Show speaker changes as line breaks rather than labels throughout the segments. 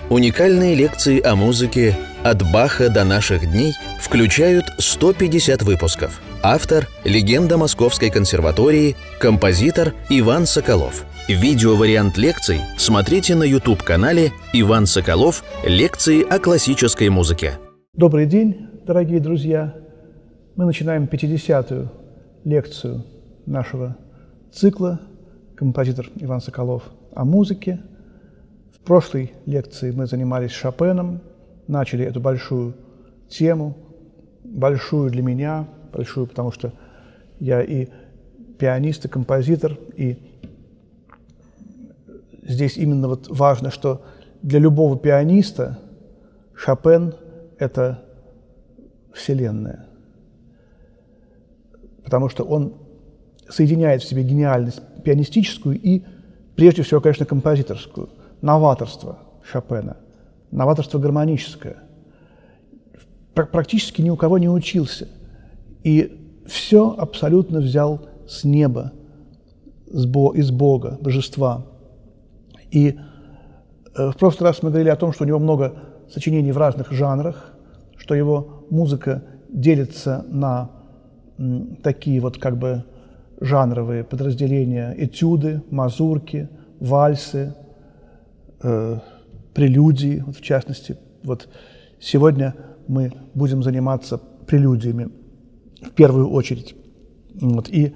Уникальные лекции о музыке «От Баха до наших дней» включают 150 выпусков. Автор – легенда Московской консерватории, композитор Иван Соколов. Видеовариант лекций смотрите на YouTube-канале «Иван Соколов. Лекции о классической музыке».
Добрый день, дорогие друзья! Мы начинаем 50-ю лекцию нашего цикла «Композитор Иван Соколов о музыке». В прошлой лекции мы занимались Шопеном, начали эту большую тему, большую для меня, большую, потому что я и пианист, и композитор, и здесь именно вот важно, что для любого пианиста Шопен – это вселенная, потому что он соединяет в себе гениальность пианистическую и, прежде всего, конечно, композиторскую. Новаторство Шопена, новаторство гармоническое. Практически ни у кого не учился. И все абсолютно взял с неба, из Бога, божества. И в прошлый раз мы говорили о том, что у него много сочинений в разных жанрах, что его музыка делится на такие вот как бы жанровые подразделения: этюды, мазурки, вальсы, прелюдии, вот в частности. Вот сегодня мы будем заниматься прелюдиями в первую очередь. Вот. И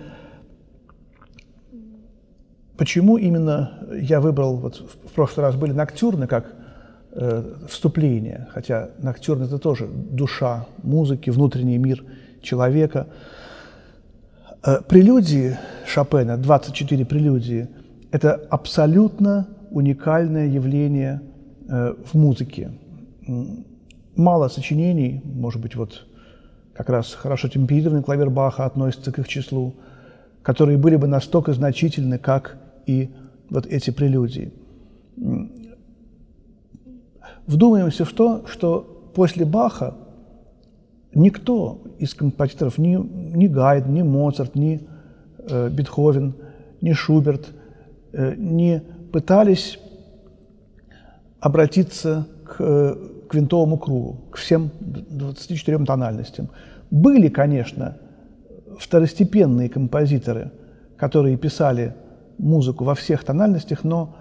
почему именно я выбрал, вот в прошлый раз были ноктюрны как вступление, хотя ноктюрн – это тоже душа музыки, внутренний мир человека. Прелюдии Шопена, 24 прелюдии – это абсолютно уникальное явление в музыке. Мало сочинений, может быть, вот как раз хорошо темперированный клавир Баха относится к их числу, которые были бы настолько значительны, как и вот эти прелюдии. Вдумаемся в то, что после Баха никто из композиторов, ни Гайдн, ни Моцарт, ни Бетховен, ни Шуберт не пытались обратиться к квинтовому кругу, к всем 24 тональностям. Были, конечно, второстепенные композиторы, которые писали музыку во всех тональностях, но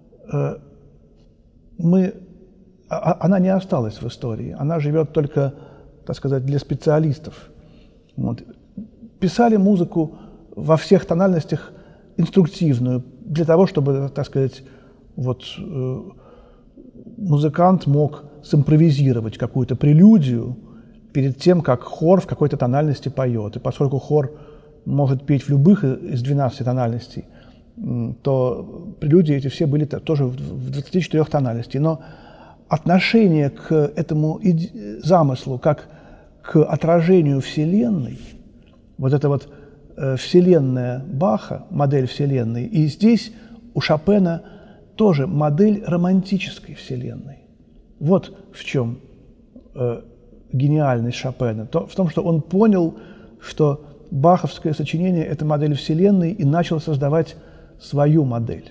она не осталась в истории. Она живет только, так сказать, для специалистов. Вот. Писали музыку во всех тональностях инструктивную, для того, чтобы, так сказать, вот, музыкант мог симпровизировать какую-то прелюдию перед тем, как хор в какой-то тональности поет. И поскольку хор может петь в любых из 12 тональностей, то прелюдии эти все были тоже в 24 тональностей. Но отношение к этому замыслу как к отражению Вселенной, вот это вот Вселенная Баха, модель Вселенной, и здесь у Шопена тоже модель романтической Вселенной. Вот в чем гениальность Шопена. В том, что он понял, что баховское сочинение – это модель Вселенной, и начал создавать свою модель.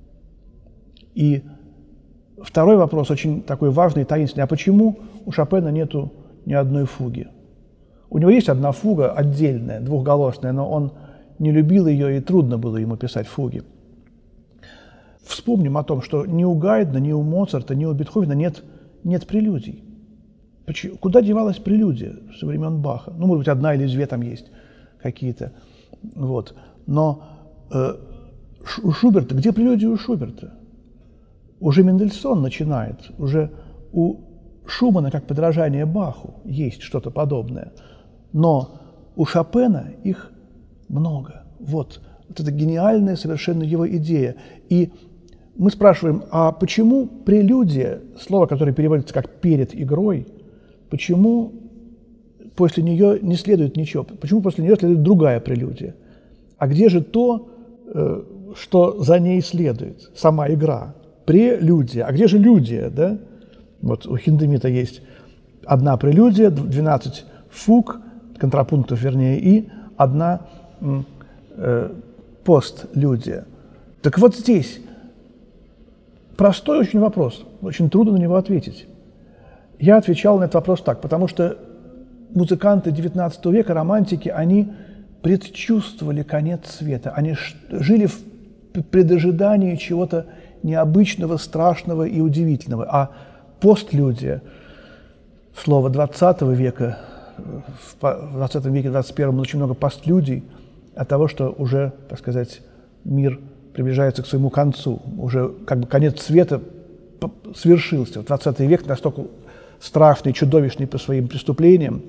И второй вопрос, очень такой важный и таинственный: а почему у Шопена нету ни одной фуги? У него есть одна фуга отдельная, двухголосная, но он не любил ее, и трудно было ему писать фуги. Вспомним о том, что ни у Гайдна, ни у Моцарта, ни у Бетховена нет прелюдий. Куда девалась прелюдия со времен Баха? Ну, может быть, одна или две там есть какие-то. Вот. Но у Шуберта, где прелюдия у Шуберта? Уже Мендельсон начинает, уже у Шумана, как подражание Баху, есть что-то подобное. Но у Шопена их много. Вот это гениальная совершенно его идея. И мы спрашиваем, а почему прелюдия, слово, которое переводится как «перед игрой», почему после нее не следует ничего? Почему после нее следует другая прелюдия? А где же то, что за ней следует? Сама игра. Прелюдия. А где же людия, да? Вот у Хиндемита есть одна прелюдия, 12 фуг, контрапунктов, вернее, и одна постлюдия. Так вот здесь простой очень вопрос, очень трудно на него ответить. Я отвечал на этот вопрос так, потому что музыканты XIX века, романтики, они предчувствовали конец света, они жили в предожидании чего-то необычного, страшного и удивительного. А постлюдия, слово XX века, в XX веке, XXI очень много постлюдий от того, что уже, так сказать, мир приближается к своему концу. Уже как бы конец света свершился. XX век настолько страшный, чудовищный по своим преступлениям,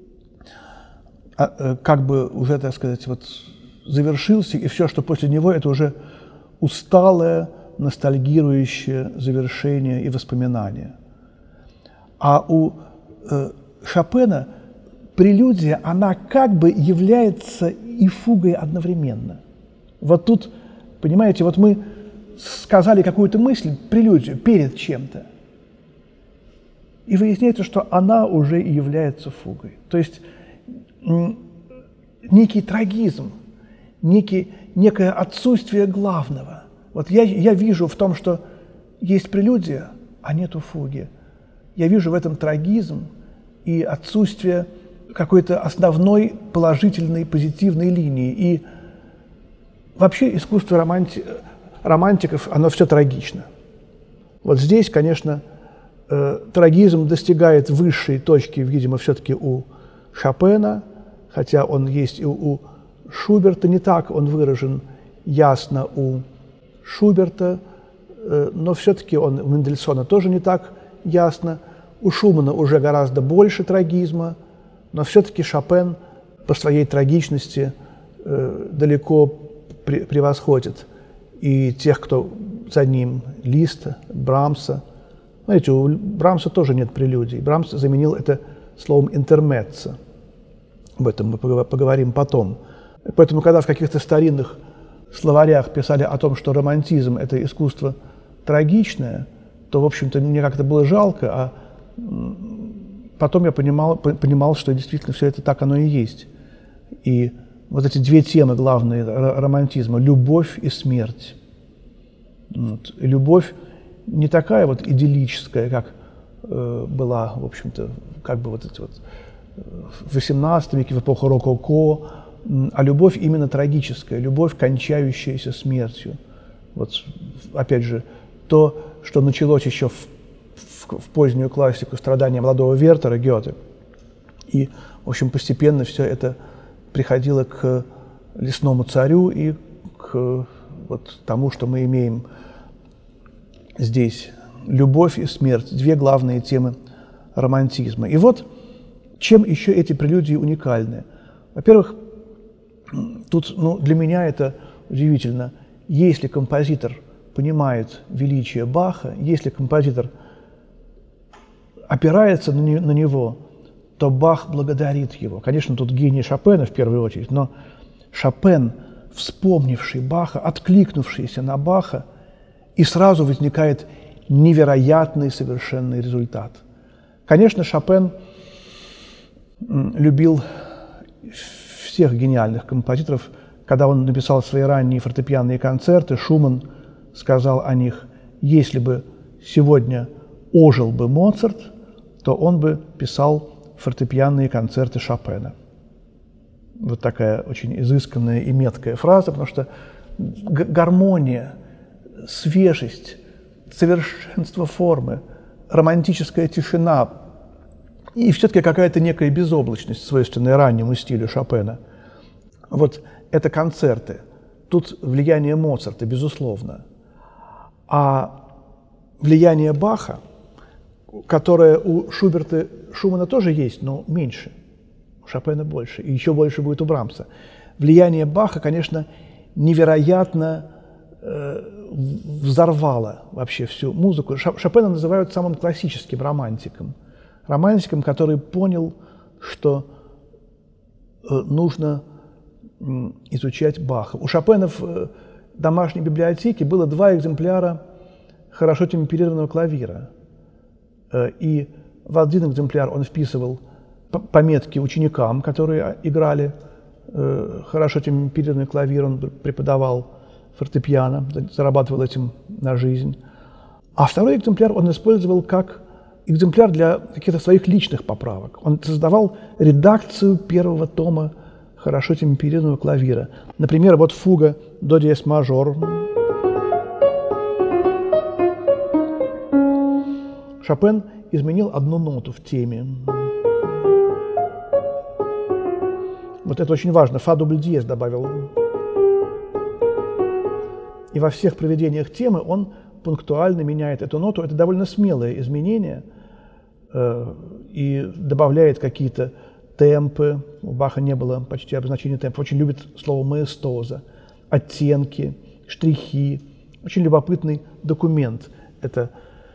как бы уже, так сказать, вот завершился, и все, что после него, это уже усталое, ностальгирующее завершение и воспоминание. А у Шопена прелюдия, она как бы является и фугой одновременно. Вот тут, понимаете, вот мы сказали какую-то мысль, прелюдию, перед чем-то, и выясняется, что она уже и является фугой. То есть некий трагизм, некое отсутствие главного. Вот я вижу в том, что есть прелюдия, а нету фуги. Я вижу в этом трагизм и отсутствие какой-то основной положительной, позитивной линии. И вообще искусство романтиков, оно все трагично. Вот здесь, конечно, трагизм достигает высшей точки, видимо, все-таки у Шопена, хотя он есть и у Шуберта, не так он выражен ясно у Шуберта, но все-таки у Мендельсона тоже не так ясно. У Шумана уже гораздо больше трагизма, но все-таки Шопен по своей трагичности далеко превосходит и тех, кто за ним, Листа, Брамса. Знаете, у Брамса тоже нет прелюдий. Брамс заменил это словом «интермеццо». Об этом мы поговорим потом. Поэтому, когда в каких-то старинных словарях писали о том, что романтизм – это искусство трагичное, то, в общем-то, мне как-то было жалко, а потом я понимал, что действительно все это так оно и есть. И вот эти две темы главные романтизма – любовь и смерть. Вот. И любовь не такая вот идиллическая, как была, в общем-то, как бы вот эти вот в XVIII веке, в эпоху рококо, а любовь именно трагическая, любовь, кончающаяся смертью. Вот, опять же, то, что началось еще в позднюю классику «Страдания молодого Вертера» Гёте. И, в общем, постепенно все это приходило к «Лесному царю» и к вот тому, что мы имеем здесь. Любовь и смерть – две главные темы романтизма. И вот чем еще эти прелюдии уникальны? Во-первых, тут для меня это удивительно. Если композитор понимает величие Баха, если композитор опирается на него, то Бах благодарит его. Конечно, тут гений Шопена в первую очередь, но Шопен, вспомнивший Баха, откликнувшийся на Баха, и сразу возникает невероятный совершенный результат. Конечно, Шопен любил всех гениальных композиторов. Когда он написал свои ранние фортепианные концерты, Шуман сказал о них: если бы сегодня ожил бы Моцарт, то он бы писал фортепианные концерты Шопена. Вот такая очень изысканная и меткая фраза, потому что гармония, свежесть, совершенство формы, романтическая тишина и все-таки какая-то некая безоблачность, свойственная раннему стилю Шопена. Вот это концерты. Тут влияние Моцарта, безусловно. А влияние Баха, которое у Шумана тоже есть, но меньше. У Шопена больше. И еще больше будет у Брамса. Влияние Баха, конечно, невероятно взорвало вообще всю музыку. Шопена называют самым классическим романтиком. Романтиком, который понял, что нужно изучать Баха. У Шопена в домашней библиотеке было 2 экземпляра хорошо темперированного клавира. И в один экземпляр он вписывал пометки ученикам, которые играли хорошо темперированный клавир, он преподавал фортепиано, зарабатывал этим на жизнь. А второй экземпляр он использовал как экземпляр для каких-то своих личных поправок. Он создавал редакцию первого тома хорошо темперированного клавира. Например, вот фуга до диез мажор. Шопен изменил одну ноту в теме. Вот это очень важно. Фа дубль диез добавил. И во всех проведениях темы он пунктуально меняет эту ноту. Это довольно смелое изменение. И добавляет какие-то темпы. У Баха не было почти обозначения темпов. Очень любит слово маэстоза. Оттенки, штрихи. Очень любопытный документ. Это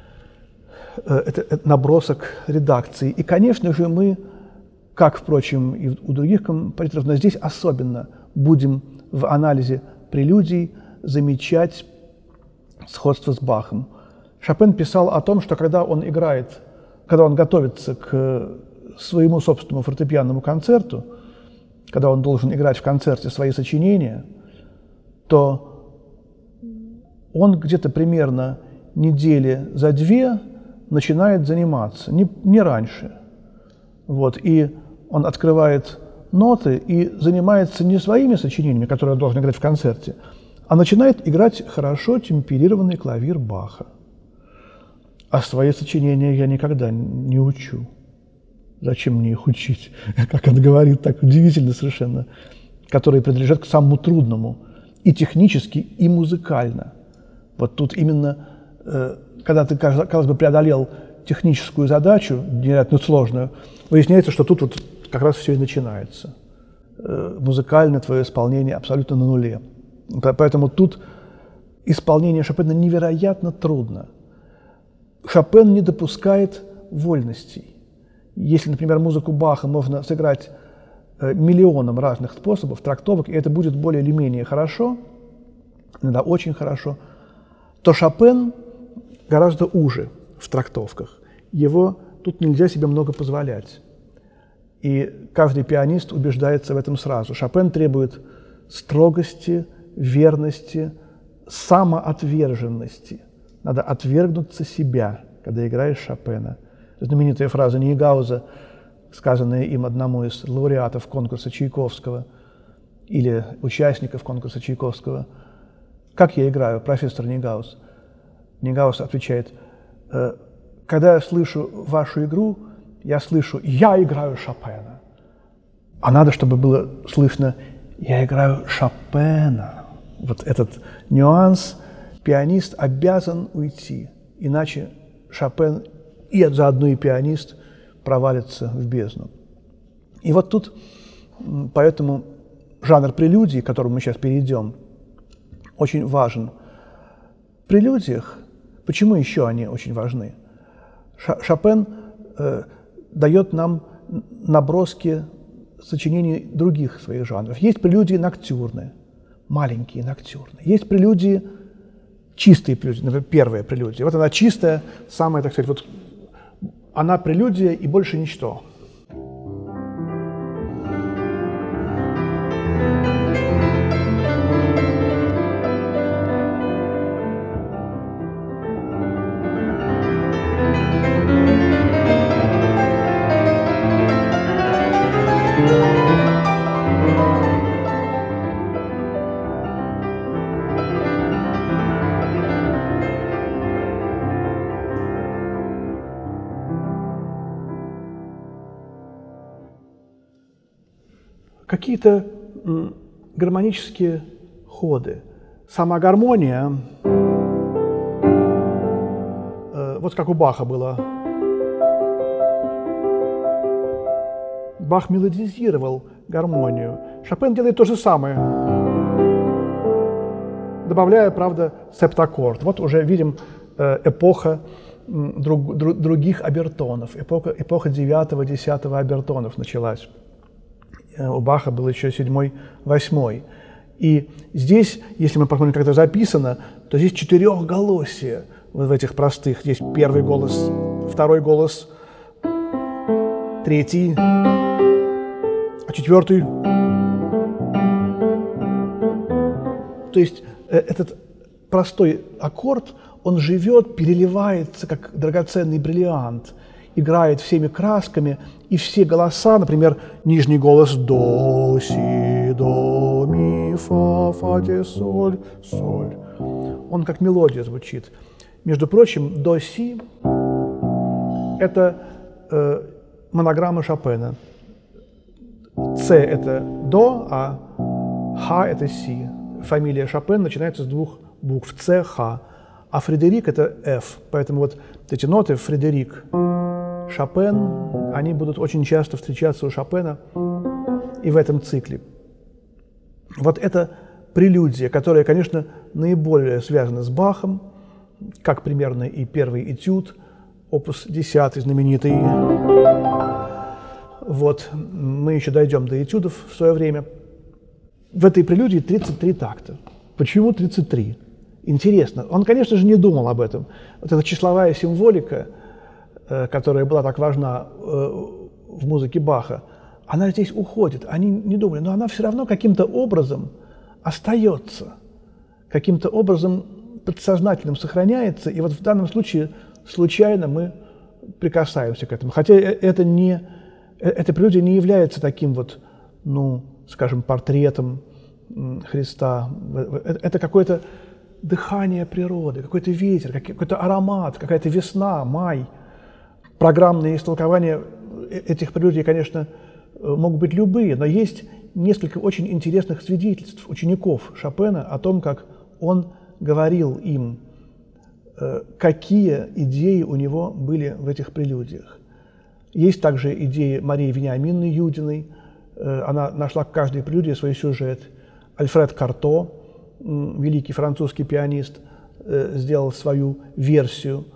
набросок редакции. И, конечно же, мы, как, впрочем, и у других композиторов, но здесь особенно будем в анализе прелюдий замечать сходство с Бахом. Шопен писал о том, что когда он готовится к своему собственному фортепианному концерту, когда он должен играть в концерте свои сочинения, то он где-то примерно недели за 2 начинает заниматься, не раньше. Вот. И он открывает ноты и занимается не своими сочинениями, которые он должен играть в концерте, а начинает играть хорошо темперированный клавир Баха. А свои сочинения я никогда не учу. Зачем мне их учить? Как он говорит, так удивительно совершенно. Которые принадлежат к самому трудному. И технически, и музыкально. Вот тут именно, когда ты, казалось бы, преодолел техническую задачу, невероятно сложную, выясняется, что тут вот как раз все и начинается. Музыкально твое исполнение абсолютно на нуле. Поэтому тут исполнение Шопена невероятно трудно. Шопен не допускает вольностей. Если, например, музыку Баха можно сыграть миллионом разных способов, трактовок, и это будет более или менее хорошо, иногда очень хорошо, то Шопен гораздо уже в трактовках. Его тут нельзя себе много позволять. И каждый пианист убеждается в этом сразу. Шопен требует строгости, верности, самоотверженности. Надо отвергнуться себя, когда играешь Шопена. Знаменитая фраза Нейгауза, сказанная им одному из лауреатов конкурса Чайковского или участников конкурса Чайковского. «Как я играю, профессор Нейгауз?» Нейгауз отвечает: «Когда я слышу вашу игру, я слышу, я играю Шопена». А надо, чтобы было слышно, я играю Шопена. Вот этот нюанс пианист обязан уйти, иначе Шопен и заодно и пианист провалится в бездну. И вот тут, поэтому жанр прелюдий, к которому мы сейчас перейдем, очень важен. В прелюдиях, почему еще они очень важны? Шопен дает нам наброски сочинений других своих жанров. Есть прелюдии ноктюрны, маленькие ноктюрны. Есть прелюдии, чистые прелюдии, например, первая прелюдия. Вот она чистая, самая, так сказать, вот она прелюдия и больше ничто. Какие-то гармонические ходы. Сама гармония, вот как у Баха было. Бах мелодизировал гармонию. Шопен делает то же самое, добавляя, правда, септаккорд. Вот уже видим эпоха других обертонов, эпоха 9-10 обертонов началась. У Баха был еще 7-й, 8-й. И здесь, если мы посмотрим, как это записано, то здесь четырехголосие вот в этих простых. Здесь первый голос, второй голос, третий, а четвертый. То есть этот простой аккорд, он живет, переливается, как драгоценный бриллиант, играет всеми красками, и все голоса, например, нижний голос до, си, до, ми, фа, те, соль, соль. Он как мелодия звучит. Между прочим, до, си – это монограмма Шопена. С – это до, а Х – это си. Фамилия Шопен начинается с двух букв – С, Х. А Фредерик – это F. Поэтому вот эти ноты Фредерик, Шопен, они будут очень часто встречаться у Шопена и в этом цикле. Вот это прелюдия, которая, конечно, наиболее связана с Бахом, как примерно и первый этюд, опус 10 знаменитый. Вот, мы еще дойдем до этюдов в свое время. В этой прелюдии 33 такта. Почему 33? Интересно. Он, конечно же, не думал об этом. Вот эта числовая символика, которая была так важна в музыке Баха, она здесь уходит. Они не думали, но она все равно каким-то образом остается, каким-то образом подсознательным сохраняется, и вот в данном случае случайно мы прикасаемся к этому. Хотя эта прелюдия не является таким вот, ну, скажем, портретом Христа. Это какое-то дыхание природы, какой-то ветер, какой-то аромат, какая-то весна, май. Программные истолкования этих прелюдий, конечно, могут быть любые, но есть несколько очень интересных свидетельств учеников Шопена о том, как он говорил им, какие идеи у него были в этих прелюдиях. Есть также идеи Марии Вениаминны Юдиной, она нашла к каждой прелюдии свой сюжет. Альфред Карто, великий французский пианист, сделал свою версию.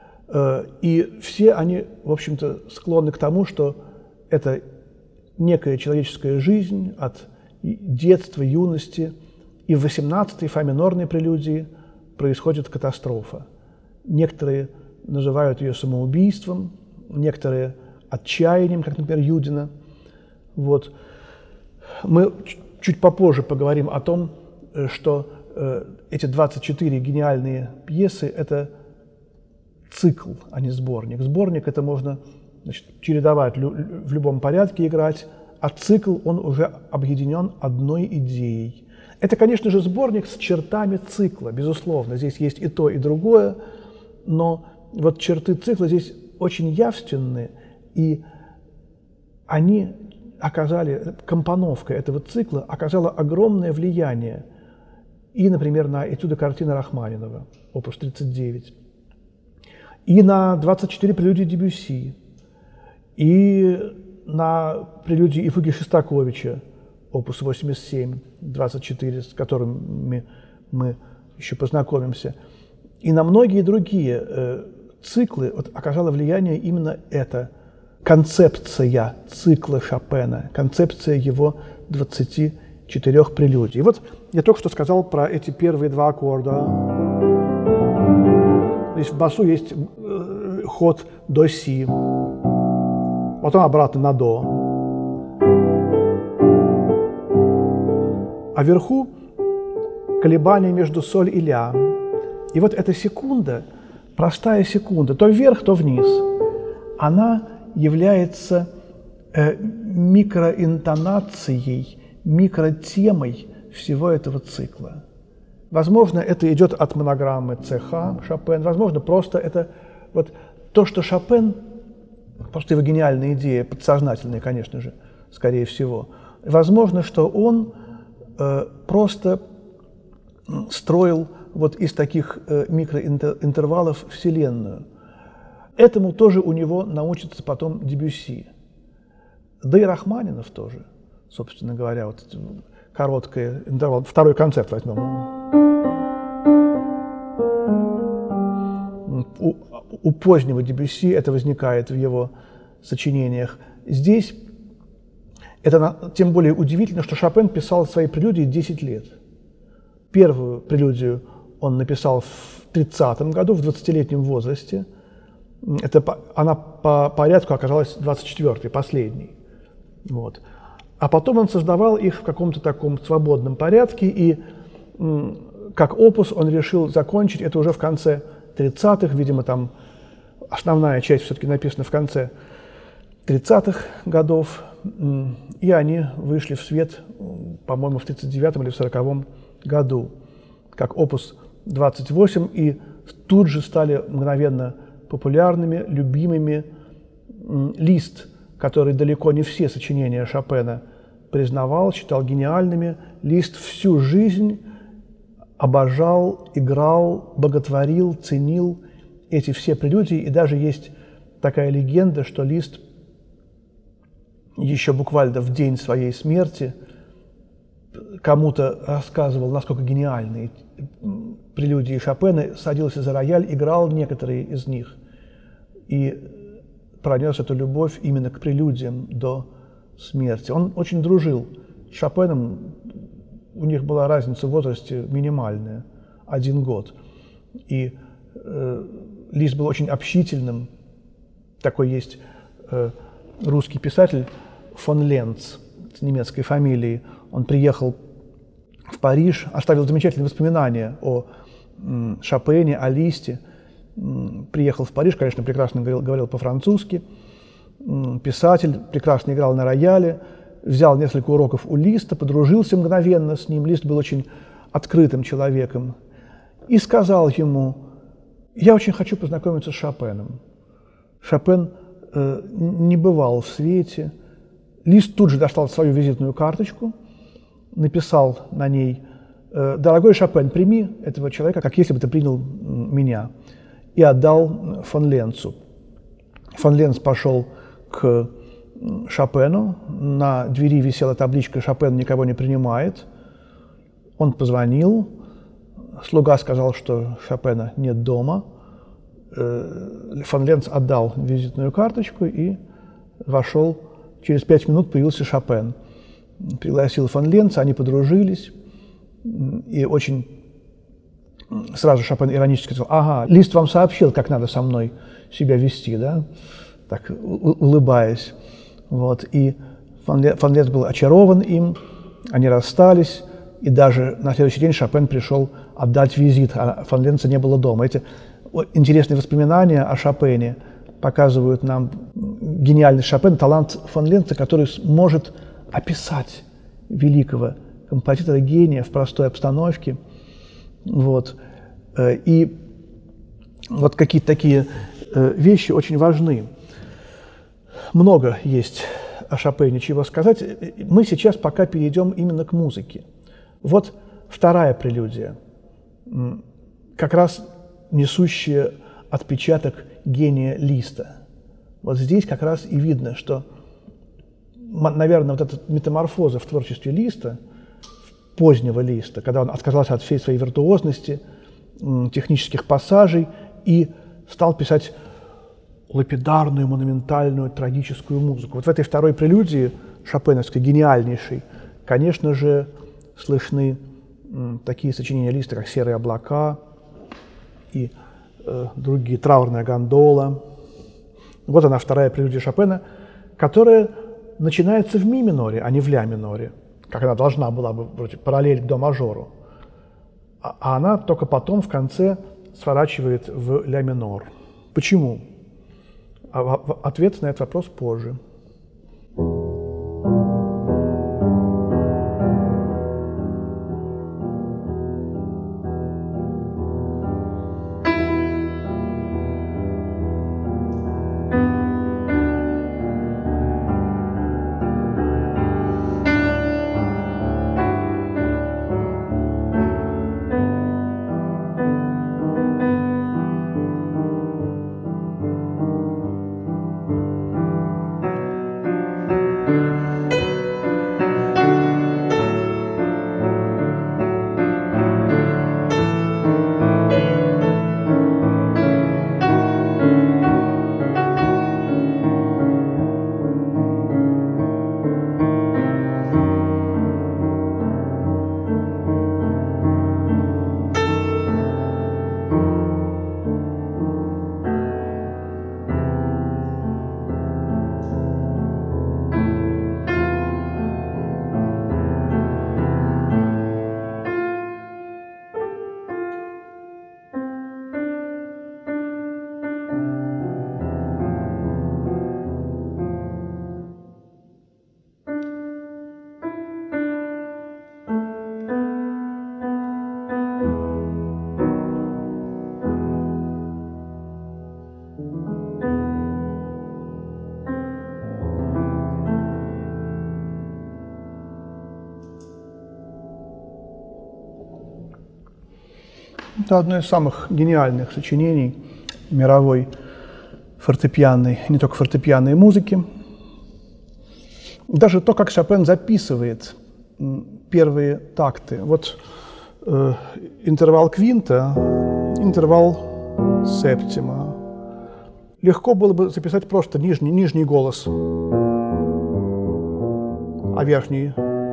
И все они, в общем-то, склонны к тому, что это некая человеческая жизнь от детства, юности, и в 18-й фа минорной прелюдии происходит катастрофа. Некоторые называют ее самоубийством, некоторые отчаянием, как, например, Юдина. Вот. Мы чуть попозже поговорим о том, что эти 24 гениальные пьесы – это цикл, а не сборник. Сборник – это можно, значит, чередовать, в любом порядке играть, а цикл, он уже объединен одной идеей. Это, конечно же, сборник с чертами цикла, безусловно. Здесь есть и то, и другое, но вот черты цикла здесь очень явственны, и они оказали, компоновка этого цикла оказала огромное влияние и, например, на этюды картины Рахманинова, опус 39, и на 24 прелюдии Дебюсси, и на прелюдии и фуги Шостаковича, опус 87, 24, с которыми мы еще познакомимся, и на многие другие циклы вот, оказало влияние именно эта концепция цикла Шопена, концепция его 24 прелюдий. И вот я только что сказал про эти первые два аккорда. Здесь в басу есть ход до си, потом обратно на до. А вверху колебания между соль и ля. И вот эта секунда, простая секунда, то вверх, то вниз, она является микроинтонацией, микротемой всего этого цикла. Возможно, это идет от монограммы ЦХ Шопен, возможно, просто это вот то, что Шопен, просто его гениальная идея, подсознательная, конечно же, скорее всего, возможно, что он просто строил вот из таких микроинтервалов Вселенную. Этому тоже у него научится потом Дебюсси. Да и Рахманинов тоже, собственно говоря, вот короткий интервал. Второй концерт возьмем. У позднего Дебюсси это возникает в его сочинениях. Здесь это тем более удивительно, что Шопен писал свои прелюдии 10 лет. Первую прелюдию он написал в 30-м году, в 20-летнем возрасте. Она по порядку оказалась 24-й, последней. Вот. А потом он создавал их в каком-то таком свободном порядке, и как опус он решил закончить это уже в конце 30-х, видимо, там основная часть все-таки написана в конце 30-х годов, и они вышли в свет, по-моему, в 39-м или в 40-м году, как опус 28, и тут же стали мгновенно популярными, любимыми. Лист, который далеко не все сочинения Шопена признавал, считал гениальными, Лист всю жизнь обожал, играл, боготворил, ценил эти все прелюдии, и даже есть такая легенда, что Лист еще буквально в день своей смерти кому-то рассказывал, насколько гениальны прелюдии Шопена, садился за рояль, играл некоторые из них и пронес эту любовь именно к прелюдиям до смерти. Он очень дружил с Шопеном, у них была разница в возрасте минимальная, 1 год. И Лист был очень общительным. Такой есть русский писатель фон Ленц с немецкой фамилией. Он приехал в Париж, оставил замечательные воспоминания о Шопене, о Листе. Приехал в Париж, конечно, прекрасно говорил по-французски. Писатель, прекрасно играл на рояле, взял несколько уроков у Листа, подружился мгновенно с ним. Лист был очень открытым человеком. И сказал ему: «Я очень хочу познакомиться с Шопеном». Шопен не бывал в свете. Лист тут же достал свою визитную карточку, написал на ней: «Дорогой Шопен, прими этого человека, как если бы ты принял меня», и отдал фон Ленцу. Фон Ленц пошел к Шопену, на двери висела табличка «Шопен никого не принимает». Он позвонил, слуга сказал, что Шопена нет дома. Фон Ленц отдал визитную карточку и вошел. Через 5 минут появился Шопен. Пригласил фон Ленца, они подружились. И очень сразу Шопен иронически сказал: «Ага, Лист вам сообщил, как надо со мной себя вести», да? Так, улыбаясь. Вот. И фон Ленц был очарован им, они расстались, и даже на следующий день Шопен пришел отдать визит, а фон Ленца не было дома. Эти интересные воспоминания о Шопене показывают нам гениальность Шопена, талант фон Ленца, который может описать великого композитора, гения в простой обстановке. Вот. И вот какие-то такие вещи очень важны. Много есть о Шопене чего сказать. Мы сейчас пока перейдем именно к музыке. Вот вторая прелюдия, как раз несущая отпечаток гения Листа. Вот здесь как раз и видно, что, наверное, вот эта метаморфоза в творчестве Листа, позднего Листа, когда он отказался от всей своей виртуозности, технических пассажей и стал писать лапидарную, монументальную, трагическую музыку. Вот в этой второй прелюдии, шопеновской, гениальнейшей, конечно же, слышны такие сочинения Листа, как «Серые облака» и другие, «Траурная гондола». Вот она, вторая прелюдия Шопена, которая начинается в ми миноре, а не в ля миноре, как она должна была бы, вроде, параллель к до мажору. А она только потом в конце сворачивает в ля минор. Почему? Ответ на этот вопрос позже. Это одно из самых гениальных сочинений мировой фортепианной, не только фортепианной музыки. Даже то, как Шопен записывает первые такты. Вот интервал квинта, интервал септима. Легко было бы записать просто нижний голос, а верхний.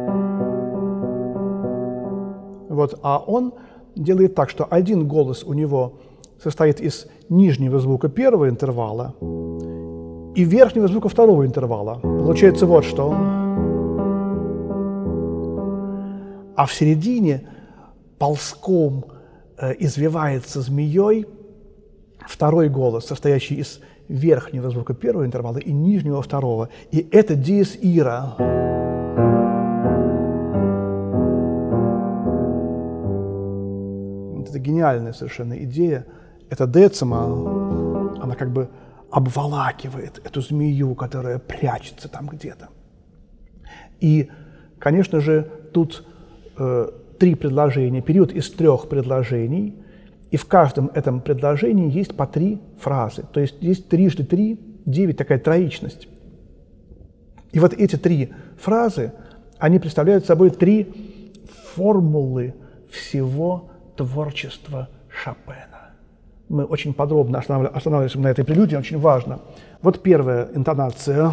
Вот, а он делает так, что один голос у него состоит из нижнего звука первого интервала и верхнего звука второго интервала. Получается вот что. А в середине ползком извивается змеей второй голос, состоящий из верхнего звука первого интервала и нижнего второго. И это диез ира. Это гениальная совершенно идея. Эта децима, она как бы обволакивает эту змею, которая прячется там где-то. И, конечно же, тут 3 предложения, период из 3 предложений, и в каждом этом предложении есть по 3 фразы. То есть есть 3 × 3 – 9, такая троичность. И вот эти 3 фразы, они представляют собой 3 формулы всего творчества Шопена. Мы очень подробно останавливаемся на этой прелюдии, очень важно. Вот первая интонация.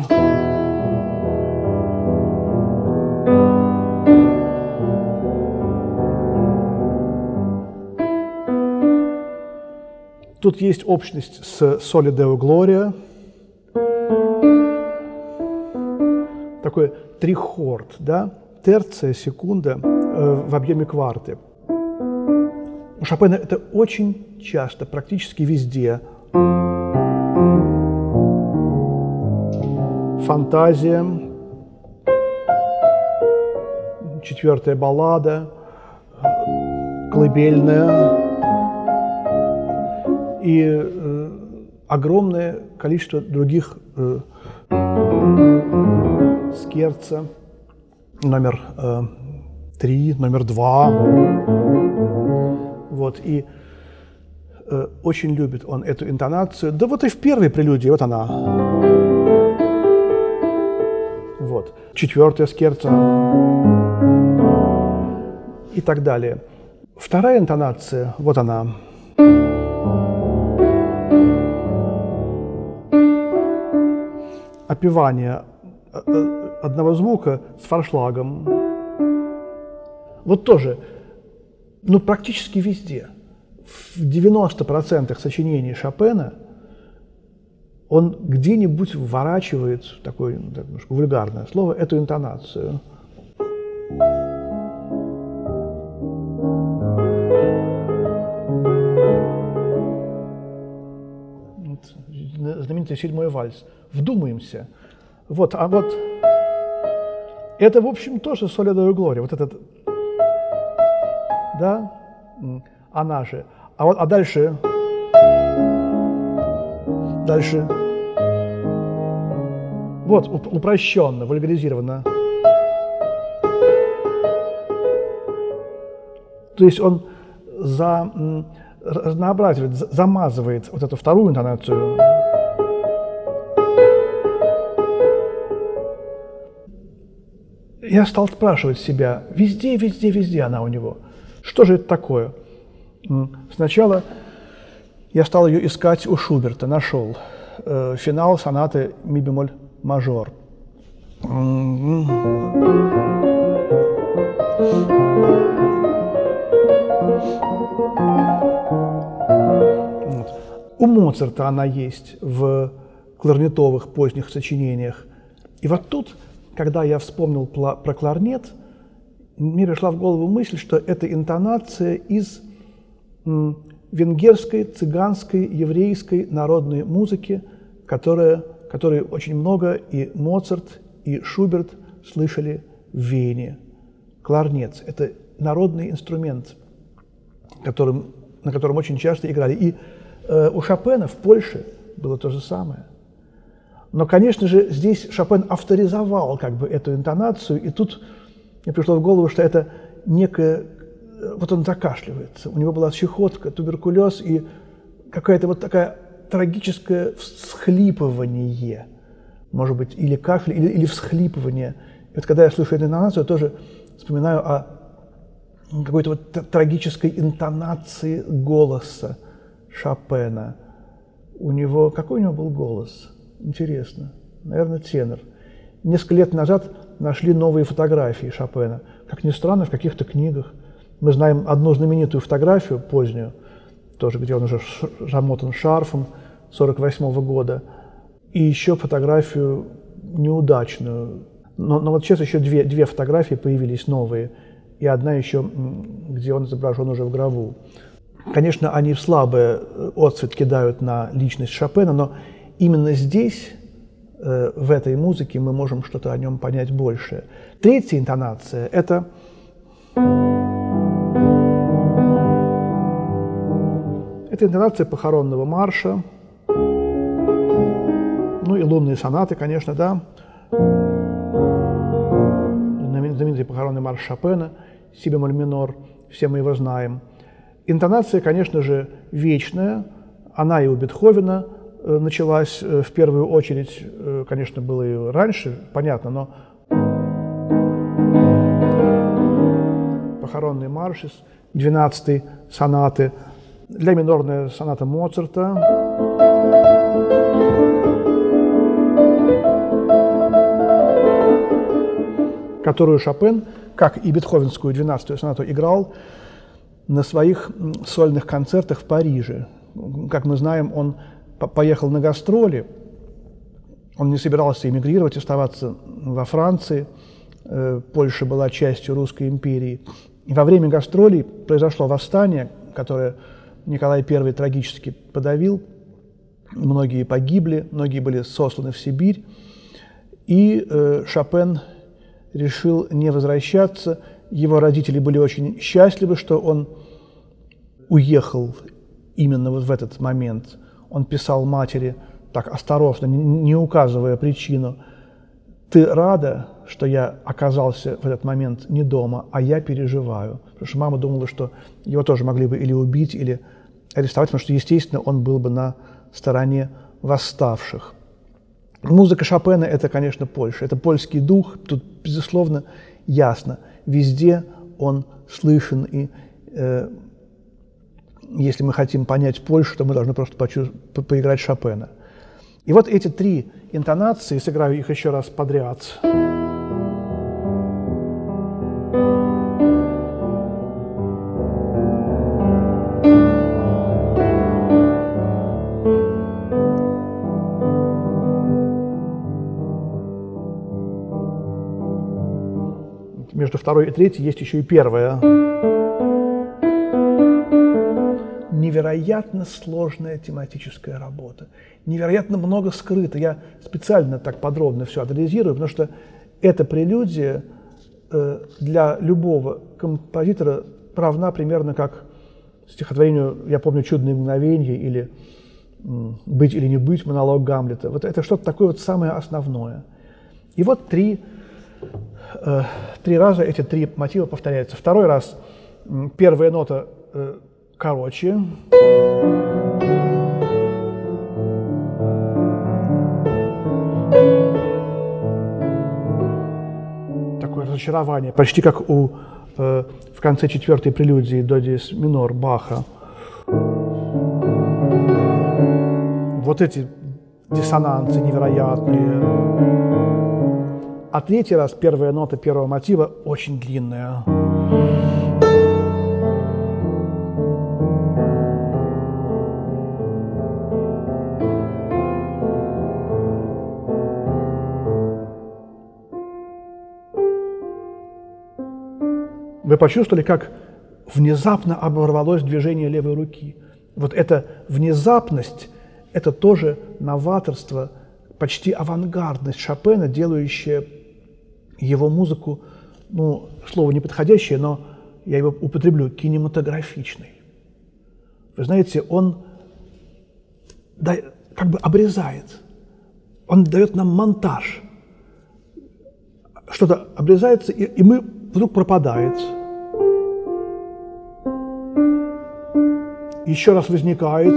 Тут есть общность с соли део глория. Такой трихорд, да? Терция, секунда в объеме кварты. У Шопена это очень часто, практически везде. Фантазия, 4-я баллада, колыбельная и огромное количество других скерца, номер 3, номер 2. Вот, и очень любит он эту интонацию. Да вот и в первой прелюдии, вот она. Вот, 4-я скерца и так далее. Вторая интонация, вот она. Опевание одного звука с форшлагом. Вот тоже, ну, практически везде. В 90% сочинений Шопена он где-нибудь вворачивает, такое немножко вульгарное слово, эту интонацию. Вот, знаменитый 7-й вальс. Вдумаемся. Вот, а вот это, в общем, тоже соли део глория. Вот этот, да, она же. А дальше, вот, упрощенно, вульгаризировано. То есть он разнообразивает, замазывает вот эту вторую интонацию. Я стал спрашивать себя, везде она у него. Что же это такое? Сначала я стал ее искать у Шуберта, нашел. Финал сонаты ми бемоль мажор. У Моцарта она есть в кларнетовых поздних сочинениях. И вот тут, когда я вспомнил про кларнет, мне пришла в голову мысль, что это интонация из венгерской, цыганской, еврейской народной музыки, которой очень много и Моцарт, и Шуберт слышали в Вене. Кларнет – это народный инструмент, на котором очень часто играли. И у Шопена в Польше было то же самое. Но, конечно же, здесь Шопен авторизовал как бы эту интонацию, и тут мне пришло в голову, что это некое вот он закашливается, у него была чехотка, туберкулез и какая-то вот такая трагическое всхлипывание, может быть, или кашель, или всхлипывание. И вот когда я слышу эту интонацию, я тоже вспоминаю о какой-то вот трагической интонации голоса Шопена. Какой у него был голос? Интересно. Наверное, тенор. Несколько лет назад нашли новые фотографии Шопена. Как ни странно, в каких-то книгах. Мы знаем одну знаменитую фотографию, позднюю, тоже, где он уже замотан шарфом, 1948 года. И еще фотографию неудачную. Но вот сейчас еще две фотографии появились новые. И одна еще, где он изображен уже в гробу. Конечно, они слабый отцвет кидают на личность Шопена, но именно здесь, в этой музыке, мы можем что-то о нем понять больше. Третья интонация – это интонация похоронного марша, ну и лунные сонаты, конечно, да. Знаменитый похоронный марш Шопена, си бемоль минор, все мы его знаем. Интонация, конечно же, вечная, она и у Бетховена началась в первую очередь, конечно, было и раньше, понятно, но похоронный марш из 12-й сонаты, ля минорная соната Моцарта, которую Шопен, как и бетховенскую 12-ю сонату, играл на своих сольных концертах в Париже. Как мы знаем, он поехал на гастроли, он не собирался эмигрировать, оставаться во Франции. Польша была частью Русской империи. И во время гастролей произошло восстание, которое Николай I трагически подавил. Многие погибли, многие были сосланы в Сибирь. И Шопен решил не возвращаться. Его родители были очень счастливы, что он уехал именно вот в этот момент. Он писал матери так осторожно, не указывая причину: «Ты рада, что я оказался в этот момент не дома, а я переживаю». Потому что мама думала, что его тоже могли бы или убить, или арестовать, потому что, естественно, он был бы на стороне восставших. Музыка Шопена – это, конечно, Польша, это польский дух, тут, безусловно, ясно. Везде он слышен, и если мы хотим понять Польшу, то мы должны просто поиграть Шопена. И вот эти три интонации, сыграю их еще раз подряд. Между второй и третьей есть еще и первая. Невероятно сложная тематическая работа. Невероятно много скрыто. Я специально так подробно все анализирую, потому что эта прелюдия для любого композитора равна примерно как стихотворению, я помню, «Чудные мгновения» или «Быть или не быть», монолог Гамлета. Вот это что-то такое вот самое основное. И вот три раза эти три мотива повторяются. Второй раз первая нота короче. Такое разочарование, почти как в конце четвертой прелюдии до диез минор Баха. Вот эти диссонансы невероятные. А третий раз первая нота первого мотива очень длинная. Вы почувствовали, как внезапно оборвалось движение левой руки? Вот эта внезапность – это тоже новаторство, почти авангардность Шопена, делающая его музыку, ну, слово неподходящее, но я его употреблю, кинематографичной. Вы знаете, он как бы обрезает, он дает нам монтаж. Что-то обрезается, и мы вдруг пропадает. еще раз возникает.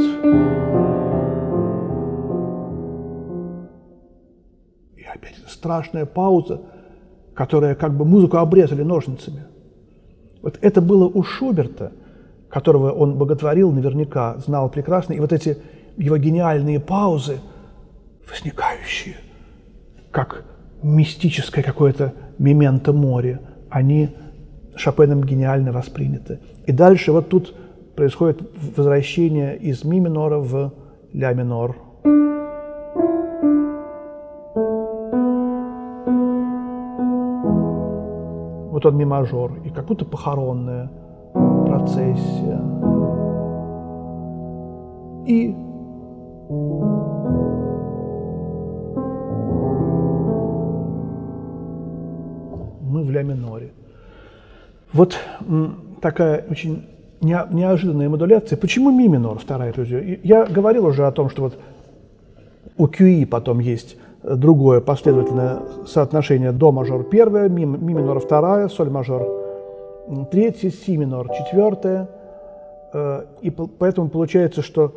И опять эта страшная пауза, которая как бы музыку обрезали ножницами. Вот это было у Шуберта, которого он боготворил наверняка, знал прекрасно. И вот эти его гениальные паузы, возникающие, как мистическое какое-то мементо море, они Шопеном гениально восприняты. И дальше вот тут происходит возвращение из ми минора в ля минор. Вот он ми мажор, и как будто похоронная процессия. И мы в ля миноре. Вот такая очень неожиданная модуляция. Почему ми минор, вторая прелюдия? Я говорил уже о том, что вот у Кюи потом есть другое последовательное соотношение до мажор первая, ми минор вторая, соль мажор третья, си минор четвертая. И поэтому получается, что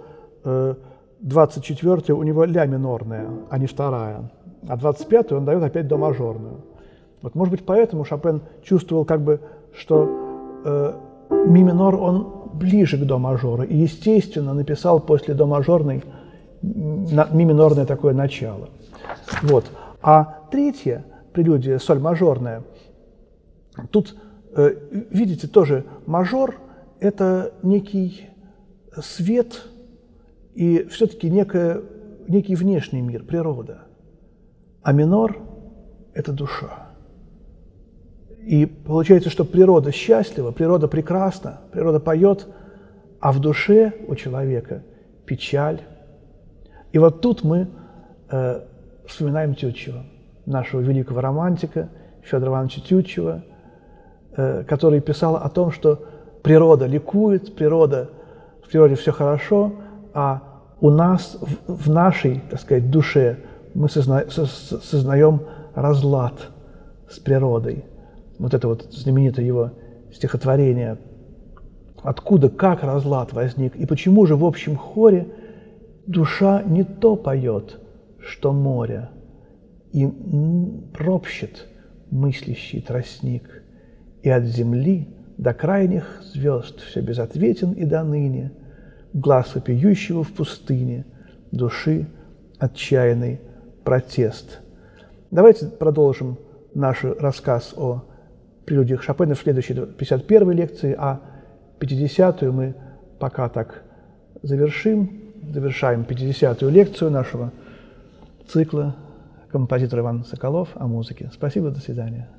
24-я у него ля минорная, а не вторая. А 25-ю он дает опять до мажорную. Вот, может быть, поэтому Шопен чувствовал, как бы, что ми минор он ближе к до мажора и, естественно, написал после до мажорной ми минорное такое начало. Вот. А третья прелюдия, соль мажорная, тут, видите, тоже мажор – это некий свет и все-таки некий внешний мир, природа. А минор – это душа. И получается, что природа счастлива, природа прекрасна, природа поет, а в душе у человека печаль. И вот тут мы вспоминаем Тютчева, нашего великого романтика Федора Ивановича Тютчева, который писал о том, что природа ликует, в природе все хорошо, а у нас, в нашей, так сказать, душе мы сознаем разлад с природой. Вот это вот знаменитое его стихотворение. Откуда, как разлад возник, и почему же в общем хоре душа не то поет, что море, и ропщет мыслящий тростник, и от земли до крайних звезд все безответен и до ныне, глаз вопиющего в пустыне, души отчаянный протест. Давайте продолжим наш рассказ о прелюдиях Шопена в следующей 51-й лекции, а 50-ю мы пока так завершаем 50-ю лекцию нашего цикла «Композитор Иван Соколов о музыке». Спасибо, до свидания.